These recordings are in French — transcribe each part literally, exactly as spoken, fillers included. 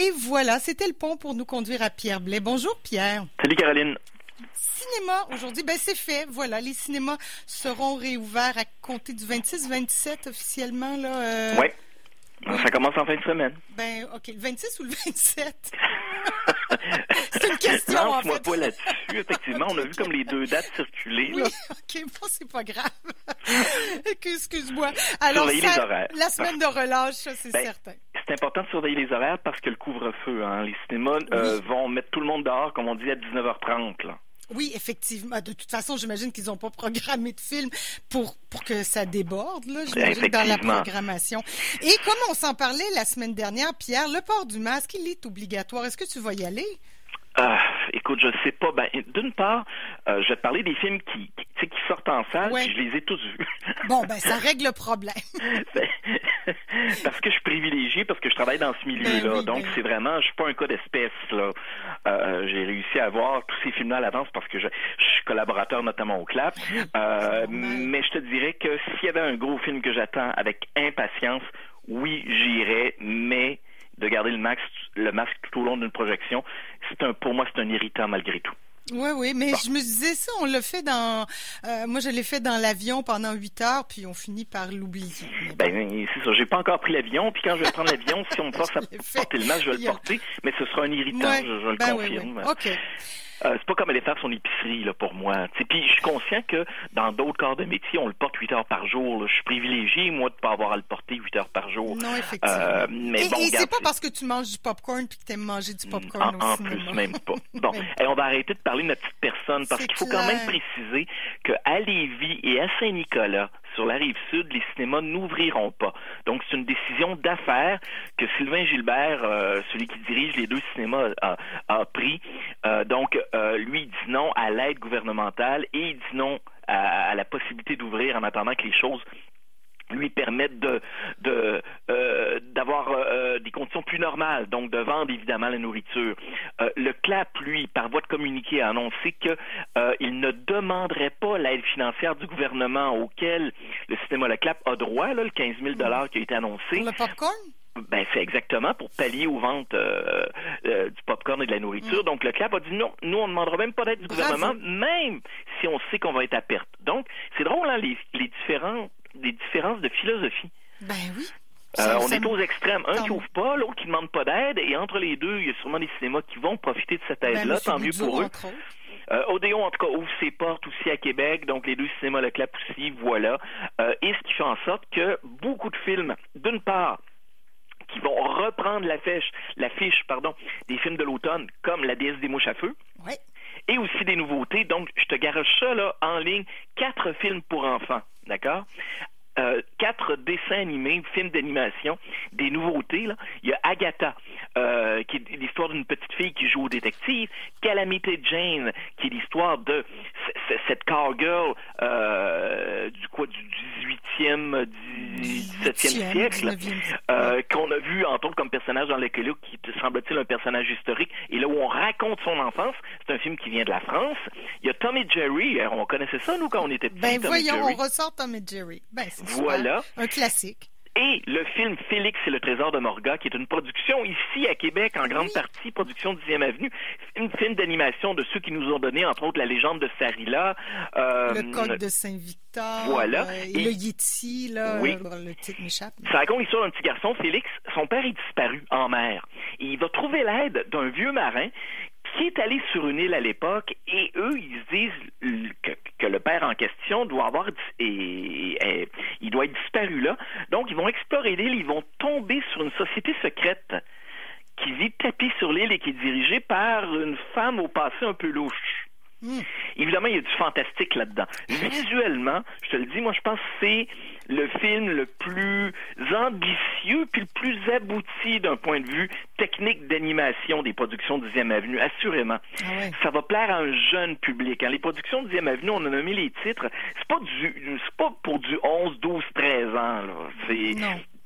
Et voilà, c'était le pont pour nous conduire à Pierre Blais. Bonjour Pierre. Salut Caroline. Cinéma aujourd'hui, ben c'est fait. Voilà, les cinémas seront réouverts à compter du vingt-six vingt-sept officiellement là. Euh... Oui. Ça commence en fin de semaine. Ben ok, le vingt-six ou le vingt-sept? C'est une question en Lance-moi fait. pas là-dessus. Effectivement, okay, on a vu okay. comme les deux dates circuler. Oui, là. ok, bon c'est pas grave. Excuse-moi. Alors surveiller ça, les horaires. La semaine de relâche, ça c'est ben, certain. C'est important de surveiller les horaires parce que le couvre-feu, hein, les cinémas euh, oui. vont mettre tout le monde dehors, comme on dit, à dix-neuf heures trente. Là. Oui, effectivement. De toute façon, j'imagine qu'ils n'ont pas programmé de film pour pour que ça déborde, là, j'imagine, dans la programmation. Et comme on s'en parlait la semaine dernière, Pierre, le port du masque, il est obligatoire. Est-ce que tu vas y aller? Euh, écoute, je sais pas. Ben, d'une part, euh, je vais te parler des films qui, qui, qui sortent en salle, ouais. puis je les ai tous vus. Bon, ben, ça règle le problème. ben, parce que je suis privilégié, parce que je travaille dans ce milieu-là. Ben oui, Donc, ben c'est vraiment, je suis pas un cas d'espèce, là. Euh, j'ai réussi à voir tous ces films-là à l'avance parce que je, je suis collaborateur notamment au Clap. Euh, mais je te dirais que s'il y avait un gros film que j'attends avec impatience, oui, j'irais, mais de garder le, max, le masque tout au long d'une projection, c'est un, pour moi, c'est un irritant malgré tout. Oui, oui, mais bon. je me disais ça, on l'a fait dans... Euh, moi, je l'ai fait dans l'avion pendant huit heures, puis on finit par l'oublier. Ben, bon. C'est ça, j'ai pas encore pris l'avion, puis quand je vais prendre l'avion, si on me force à porter le masque, je vais le porter, mais ce sera un irritant, ouais. je, je le ben confirme. Oui, oui. OK. Euh, c'est pas comme aller faire son épicerie là pour moi. Puis je suis conscient que dans d'autres corps de métier, on le porte huit heures par jour. Là. Je suis privilégié, moi, de pas avoir à le porter huit heures par jour. Non, effectivement. Euh, mais et bon, et regarde, c'est pas parce que tu manges du popcorn puis que tu aimes manger du popcorn en, au en cinéma. plus, même pas. Bon, et on va arrêter de parler de notre petite personne parce c'est qu'il faut clair. quand même préciser qu'à Lévis et à Saint-Nicolas, sur la rive sud, les cinémas n'ouvriront pas. Donc, c'est une décision d'affaires que Sylvain Gilbert, euh, celui qui dirige les deux cinémas, a, a pris. Euh, donc, euh, lui, il dit non à l'aide gouvernementale et il dit non à, à la possibilité d'ouvrir en attendant que les choses lui permettent de, de euh, d'avoir euh, des conditions plus normales, donc de vendre évidemment la nourriture. Euh, le Clap, lui, par voie de communiqué, a annoncé que euh, il ne demanderait pas l'aide financière du gouvernement auquel le cinéma Le Clap a droit, là, le quinze mille dollars qui a été annoncé. Pour le popcorn? Ben, c'est exactement pour pallier aux ventes euh, euh, du popcorn et de la nourriture. Mm. Donc, le Clap a dit non, nous, on ne demandera même pas d'aide du Bravo. gouvernement, même si on sait qu'on va être à perte. Donc, c'est drôle, hein, les, les différents des différences de philosophie. Ben oui. Euh, on est aux extrêmes. Un tant... qui ouvre pas, l'autre qui ne demande pas d'aide, et entre les deux, il y a sûrement des cinémas qui vont profiter de cette aide-là, ben, tant mieux Boudou, pour eux. Euh, Odéon, en tout cas, ouvre ses portes aussi à Québec, donc les deux cinémas Le Clap aussi, voilà. Euh, et ce qui fait en sorte que beaucoup de films, d'une part, qui vont reprendre la fiche, la fiche, pardon, des films de l'automne, comme La déesse des mouches à feu. Ouais. Et aussi des nouveautés. Donc, je te garoche ça, là, en ligne. Quatre films pour enfants. D'accord? Euh, quatre dessins animés, films d'animation, des nouveautés, là. Il y a Agatha, euh, qui est l'histoire d'une petite fille qui joue au détective. Calamité Jane, qui est l'histoire de c- c- cette cowgirl euh, du quoi, du dix-huitième, dix-septième siècle, euh, qu'on a vu, entre autres, comme personnage dans lequel qui te semble-t-il un personnage historique, et là où on raconte son enfance. C'est un film qui vient de la France. Il y a Tom et Jerry, on connaissait ça, nous, quand on était petits. Ben Tom voyons, et Jerry. on ressort Tom et Jerry. Ben, c'est voilà. Super. Un classique. Et le film Félix et le trésor de Morga, qui est une production ici à Québec, en grande oui. partie, production dixième avenue, un film d'animation de ceux qui nous ont donné, entre autres, La légende de Sarila. Euh, le Code de Saint-Victor. Voilà. Euh, et, et le Yéti, là, oui. euh, le titre m'échappe. Ça raconte l'histoire d'un petit garçon, Félix. Son père est disparu en mer. Et il va trouver l'aide d'un vieux marin qui est allé sur une île à l'époque, et eux, ils se disent que, que le père en question doit avoir et, et, et, il doit être disparu là. Donc, ils vont explorer l'île, ils vont tomber sur une société secrète qui vit tapis sur l'île et qui est dirigée par une femme au passé un peu louche. Mmh. Évidemment, il y a du fantastique là-dedans. Visuellement, je te le dis, moi, je pense que c'est le film le plus ambitieux puis le plus abouti d'un point de vue technique d'animation des productions dixième Avenue, assurément. Ah ouais. Ça va plaire à un jeune public. Hein. Les productions dixième Avenue, on a nommé les titres, c'est pas du, c'est pas pour du onze, douze, treize ans, là. C'est... Non.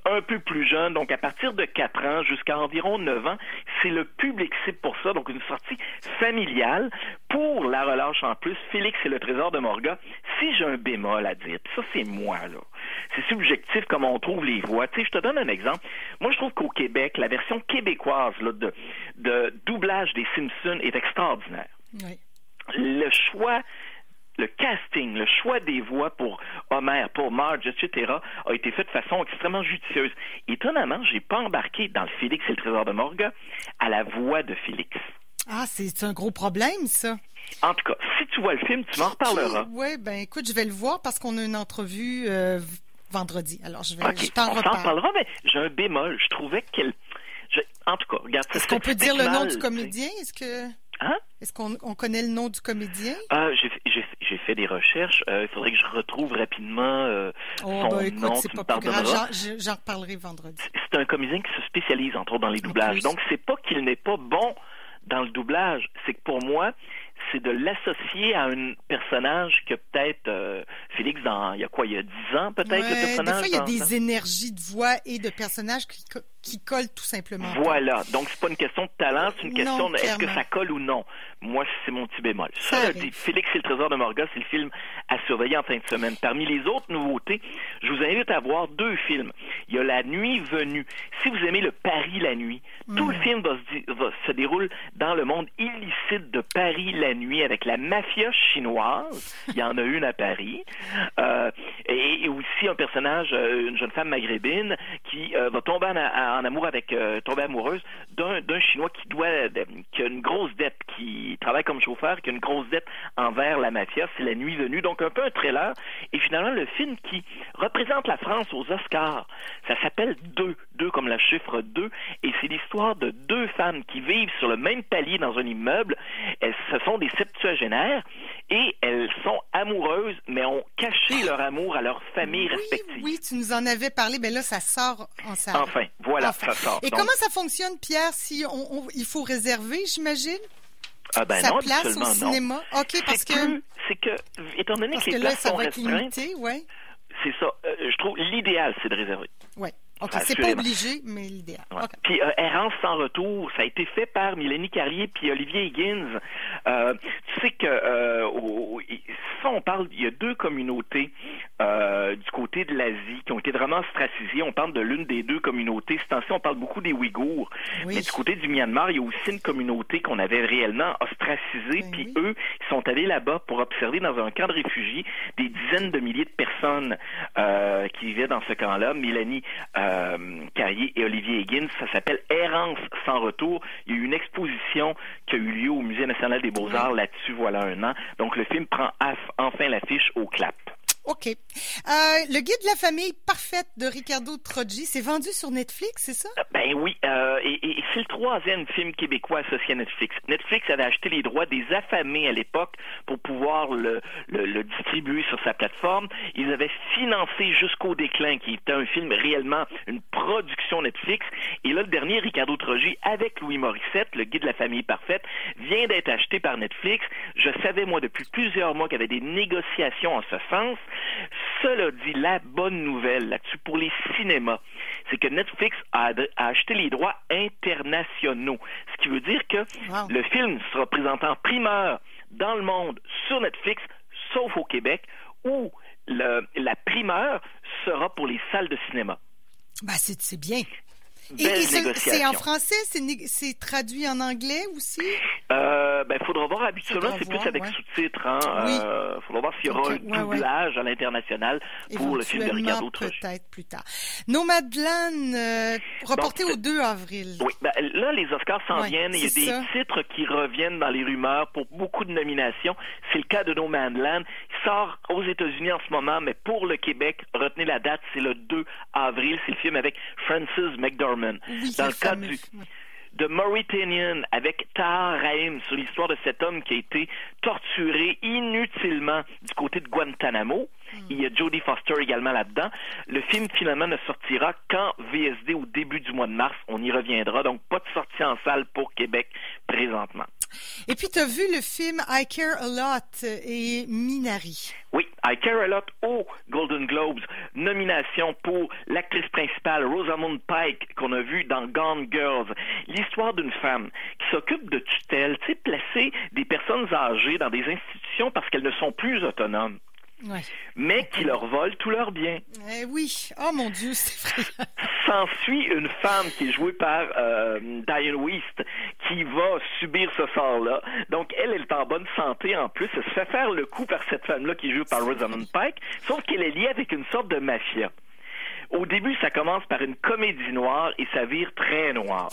un peu plus jeune, donc à partir de quatre ans jusqu'à environ neuf ans, c'est le public cible pour ça, donc une sortie familiale pour la relâche en plus, Félix et le trésor de Morga. Si j'ai un bémol à dire, puis ça c'est moi là, c'est subjectif comme on trouve les voix. Tu sais, je te donne un exemple. Moi je trouve qu'au Québec, la version québécoise là, de, de doublage des Simpsons est extraordinaire. Oui. Le choix Le casting, le choix des voix pour Homer, pour Marge, et cetera, a été fait de façon extrêmement judicieuse. Étonnamment, j'ai pas embarqué dans le Félix et le trésor de Morga à la voix de Félix. Ah, c'est un gros problème, ça. En tout cas, si tu vois le film, tu m'en reparleras. Oui, ben écoute, je vais le voir parce qu'on a une entrevue euh, vendredi. Alors, je vais okay, je t'en on reparle. s'en parlera, mais j'ai un bémol. Je trouvais qu'elle... Je... En tout cas, regarde... Est-ce qu'on peut dire le nom du comédien? Est-ce que... Hein? Est-ce qu'on on connaît le nom du comédien? Euh, j'ai, j'ai, j'ai fait des recherches. Il euh, faudrait que je retrouve rapidement euh, oh, son ben, écoute, nom. C'est pas plus grave. J'en, j'en reparlerai vendredi. C'est un comédien qui se spécialise, entre autres, dans les doublages. Donc, c'est pas qu'il n'est pas bon dans le doublage. C'est que pour moi, c'est de l'associer à un personnage que peut-être euh, Félix, dans, il y a quoi, il y a dix ans peut-être, ouais, le personnage? Des fois, il y a dans, des dans... énergies de voix et de personnages qui, qui collent tout simplement. Voilà. Donc, c'est pas une question de talent, c'est une question non, de est-ce que ça colle ou non. Moi, c'est mon petit bémol. Ça, ça dit, Félix et le trésor de Morga, c'est le film à surveiller en fin de semaine. Parmi les autres nouveautés, je vous invite à voir deux films. Il y a La Nuit venue. Si vous aimez le Paris la nuit, mmh. tout le film va se, va, se déroule dans le monde illicite de Paris la nuit avec la mafia chinoise. Il y en a une à Paris. Euh, et, et aussi un personnage, une jeune femme maghrébine qui euh, va tomber en, en amour avec, euh, tomber amoureuse d'un, d'un Chinois qui doit, de, qui a une grosse dette, qui travaille comme chauffeur, qui a une grosse dette envers la mafia. C'est La Nuit venue. Donc un peu un trailer. Et finalement, le film qui représente la France aux Oscars, ça s'appelle Deux. Deux comme le chiffre deux. Et c'est l'histoire de deux femmes qui vivent sur le même palier dans un immeuble. Elles, ce sont des septuagénaires et elles sont amoureuses, mais ont caché leur amour à leur famille oui, respective. Oui, tu nous en avais parlé, mais là, ça sort en salle. Enfin, voilà, enfin. ça sort. Et Donc, comment ça fonctionne, Pierre, si on, on, il faut réserver, j'imagine? Ah ben Sa non, place au cinéma? Non. OK, parce c'est que... Plus, c'est que, étant donné parce que les que là, places ça sont va être restreintes, limité, ouais. c'est ça. Euh, je trouve l'idéal, c'est de réserver. Oui. OK, c'est pas obligé, mais l'idéal. Ouais. Okay. Puis euh, Errance sans retour, ça a été fait par Mélanie Carrier puis Olivier Higgins. Euh, tu sais que euh, au, ça, on parle, il y a deux communautés euh, du côté de l'Asie qui ont été vraiment ostracisées. On parle de l'une des deux communautés. Ce temps-ci, on parle beaucoup des Ouïghours. Oui. Mais du côté du Myanmar, il y a aussi une communauté qu'on avait réellement ostracisée. Oui, puis oui. eux, ils sont allés là-bas pour observer dans un camp de réfugiés des dizaines de milliers de personnes euh, qui vivaient dans ce camp-là. Mélanie euh, Euh, Carrier et Olivier Higgins, ça s'appelle Errance sans retour. Il y a eu une exposition qui a eu lieu au Musée national des Beaux-Arts là-dessus, voilà un an. Donc le film prend enfin l'affiche au clap. OK. Euh, le guide de la famille parfaite de Ricardo Troggi, c'est vendu sur Netflix, c'est ça? Ben oui, euh, et, et c'est le troisième film québécois associé à Netflix. Netflix avait acheté les droits des Affamés à l'époque pour pouvoir le, le, le distribuer sur sa plateforme. Ils avaient financé Jusqu'au déclin, qui était un film réellement une production Netflix. Et là, le dernier, Ricardo Troggi, avec Louis Morissette, le guide de la famille parfaite, vient d'être acheté par Netflix. Je savais, moi, depuis plusieurs mois qu'il y avait des négociations en ce sens. Cela dit, la bonne nouvelle là-dessus pour les cinémas, c'est que Netflix a, a acheté les droits internationaux. Ce qui veut dire que wow. le film sera présenté en primeur dans le monde sur Netflix, sauf au Québec, où le, la primeur sera pour les salles de cinéma. Ben, c'est, c'est bien. Et, et c'est, c'est en français, c'est, c'est traduit en anglais aussi? Euh, ben, faudra voir. Habituellement, faudra c'est voir, plus avec ouais. sous-titres. Hein. Oui. Euh, faudra voir s'il y aura okay, un doublage ouais, ouais. à l'international pour le film de Ricardo Troggi. Peut-être plus tard. Nomadland, euh, reporté Donc, au deux avril. Oui, ben, là, les Oscars s'en ouais, viennent. Il y a des ça. titres qui reviennent dans les rumeurs pour beaucoup de nominations. C'est le cas de Nomadland. Il sort aux États-Unis en ce moment, mais pour le Québec, retenez la date, c'est le deux avril. C'est le film avec Frances McDormand. Oui, dans le cas fameux. du, de Mauritanian avec Tahar Rahim sur l'histoire de cet homme qui a été torturé inutilement du côté de Guantanamo. Mm. Il y a Jodie Foster également là-dedans. Le film finalement ne sortira qu'en V S D au début du mois de mars. On y reviendra. Donc pas de sortie en salle pour Québec présentement. Et puis, tu as vu le film I Care a Lot et Minari. Oui, I Care a Lot aux Golden Globes. Nomination pour l'actrice principale Rosamund Pike qu'on a vue dans Gone Girls. L'histoire d'une femme qui s'occupe de tutelle, tu sais, placer des personnes âgées dans des institutions parce qu'elles ne sont plus autonomes. Ouais. Mais qui leur volent tous leurs biens. Eh oui. Oh mon Dieu, c'est effrayant. S'ensuit une femme qui est jouée par euh, Diane Wiest qui va subir ce sort-là. Donc, elle, elle est en bonne santé en plus. Elle se fait faire le coup par cette femme-là qui est jouée par Rosamund Pike, sauf qu'elle est liée avec une sorte de mafia. Au début, ça commence par une comédie noire et ça vire très noir.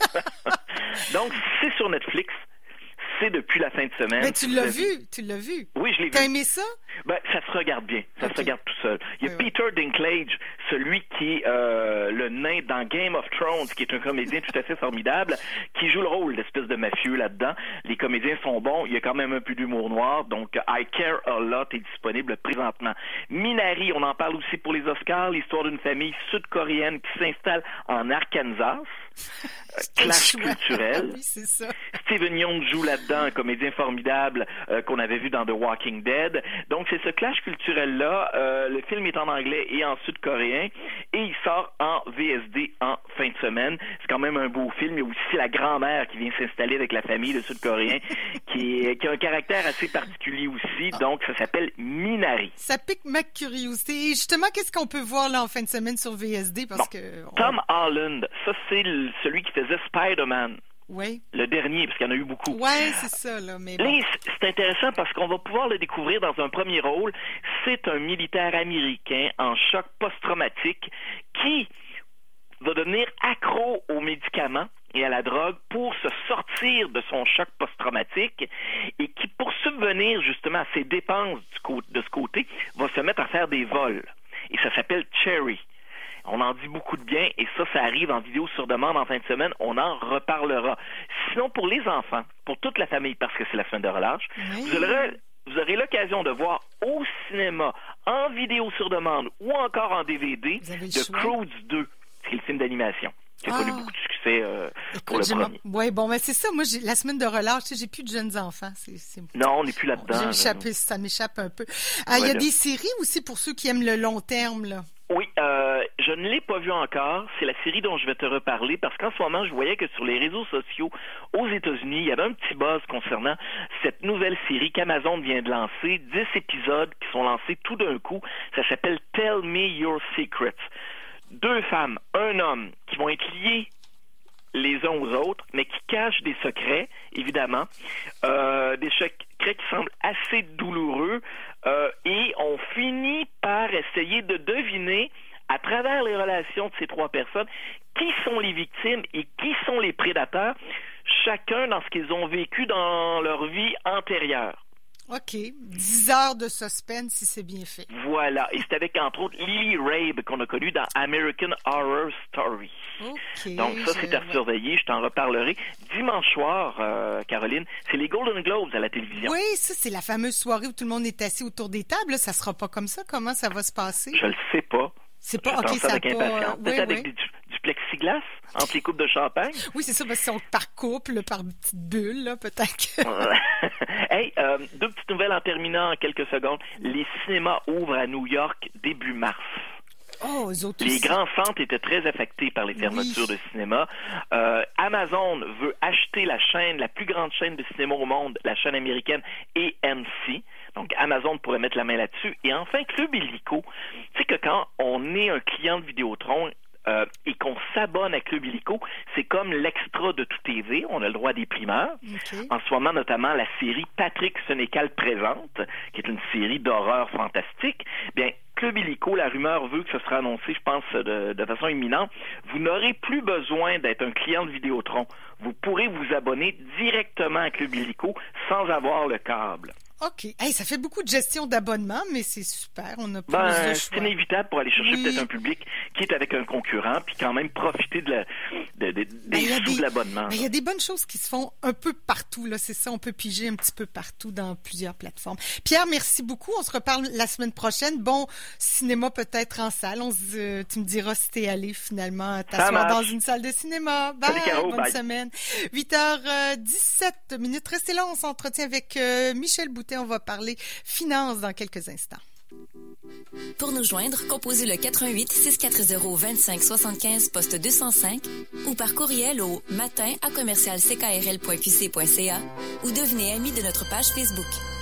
Donc, c'est sur Netflix. C'est depuis la fin de semaine. Mais tu l'as vu, tu l'as vu. Oui, je l'ai vu. T'as aimé ça? Ben, ça se regarde bien. Ça okay. se regarde tout seul. Il y a oui, Peter oui. Dinklage, celui qui est euh, le nain dans Game of Thrones, qui est un comédien tout à fait formidable, qui joue le rôle d'espèce de mafieux là-dedans. Les comédiens sont bons. Il y a quand même un peu d'humour noir. Donc, I Care a Lot est disponible présentement. Minari, on en parle aussi pour les Oscars. L'histoire d'une famille sud-coréenne qui s'installe en Arkansas. Clash culturel. Oui, c'est ça. Steven Yeun joue là-dedans, un comédien formidable euh, qu'on avait vu dans The Walking Dead. Donc, c'est ce clash culturel-là. Euh, le film est en anglais et en sud-coréen et il sort en V S D en fin de semaine. C'est quand même un beau film. Il y a aussi la grand-mère qui vient s'installer avec la famille de Sud-Coréens qui, est, qui a un caractère assez particulier aussi. Donc, ça s'appelle Minari. Ça pique ma curiosité. Et justement, qu'est-ce qu'on peut voir là en fin de semaine sur V S D? Parce bon, que on... Tom Holland, ça, c'est le, celui qui faisait Spider-Man. Oui. Le dernier, parce qu'il y en a eu beaucoup. Oui, c'est ça, là. Mais bon. Là, c'est intéressant parce qu'on va pouvoir le découvrir dans un premier rôle. C'est un militaire américain en choc post-traumatique qui va devenir accro aux médicaments et à la drogue pour se sortir de son choc post-traumatique et qui, pour subvenir justement à ses dépenses du co- de ce côté, va se mettre à faire des vols. Et ça s'appelle Cherry. On en dit beaucoup de bien et ça, ça arrive en vidéo sur demande en fin de semaine. On en reparlera. Sinon, pour les enfants, pour toute la famille, parce que c'est la semaine de relâche, oui. vous aurez, vous aurez l'occasion de voir au cinéma, en vidéo sur demande ou encore en D V D, de Croods deux, qui est le film d'animation. Qui a ah. connu beaucoup de succès euh, Écoute, pour le premier. Oui, bon, mais c'est ça. Moi, j'ai, la semaine de relâche, j'ai plus de jeunes enfants. C'est, c'est... Non, on n'est plus là-dedans. J'ai échappé, ça m'échappe un peu. Ah, il ouais, y a là. des séries aussi pour ceux qui aiment le long terme, là. Oui, euh, je ne l'ai pas vu encore. C'est la série dont je vais te reparler parce qu'en ce moment, je voyais que sur les réseaux sociaux aux États-Unis, il y avait un petit buzz concernant cette nouvelle série qu'Amazon vient de lancer. Dix épisodes qui sont lancés tout d'un coup. Ça s'appelle Tell Me Your Secrets. Deux femmes, un homme qui vont être liés les uns aux autres, mais qui cachent des secrets, évidemment. Euh, des secrets qui semblent assez douloureux. Euh, et on finit par essayer de deviner, à travers les relations de ces trois personnes, qui sont les victimes et qui sont les prédateurs, chacun dans ce qu'ils ont vécu dans leur vie antérieure. OK. dix heures de suspense, si c'est bien fait. Voilà. Et c'est avec, entre autres, Lily Rabe, qu'on a connue dans American Horror Story. OK. Donc, ça, c'est à surveiller. Je t'en reparlerai. Dimanche soir, euh, Caroline, c'est les Golden Globes à la télévision. Oui, ça, c'est la fameuse soirée où tout le monde est assis autour des tables. Là, ça sera pas comme ça. Comment ça va se passer? Je le sais pas. C'est pas, OK, ça avec pas... impatience. Peut-être oui, avec oui. du, du plexiglas entre les coupes de champagne. Oui, c'est ça, parce qu'ils sont par couple, par petite bulle, là, peut-être. Hey, euh, deux petites nouvelles en terminant en quelques secondes. Les cinémas ouvrent à New York début mars. Oh, eux autres les aussi. grands centres étaient très affectés par les fermetures oui. de cinéma. Euh, Amazon veut acheter la chaîne, la plus grande chaîne de cinéma au monde, la chaîne américaine A M C. Donc, Amazon pourrait mettre la main là-dessus. Et enfin, Club Illico. Tu sais que quand on est un client de Vidéotron euh, et qu'on s'abonne à Club Illico, c'est comme l'extra de tout T V. On a le droit des primeurs. Okay. En ce moment, notamment, la série Patrick Sénécal présente, qui est une série d'horreur fantastique. Bien, Club Illico, la rumeur veut que ce sera annoncé, je pense, de, de façon imminente. Vous n'aurez plus besoin d'être un client de Vidéotron. Vous pourrez vous abonner directement à Club Illico sans avoir le câble. OK. Hey, ça fait beaucoup de gestion d'abonnement, mais c'est super. On a plus ben, de choix. C'est inévitable pour aller chercher oui. peut-être un public qui est avec un concurrent, puis quand même profiter de la, de, de, ben, des sous des, de l'abonnement. Il ben, y a des bonnes choses qui se font un peu partout. Là, c'est ça, on peut piger un petit peu partout dans plusieurs plateformes. Pierre, merci beaucoup. On se reparle la semaine prochaine. Bon cinéma peut-être en salle. On se, euh, tu me diras si t'es allé finalement t'asseoir dans une salle de cinéma. Bye, Salut, Caro, bonne bye. semaine. huit heures dix-sept minutes. Restez là, on s'entretient avec euh, Michel Boutet. On va parler finances dans quelques instants. Pour nous joindre, composez le quatre un huit, six quatre zéro, deux cinq sept cinq, poste deux cent cinq ou par courriel au matin à commercial c k r l point q c point c a ou devenez ami de notre page Facebook.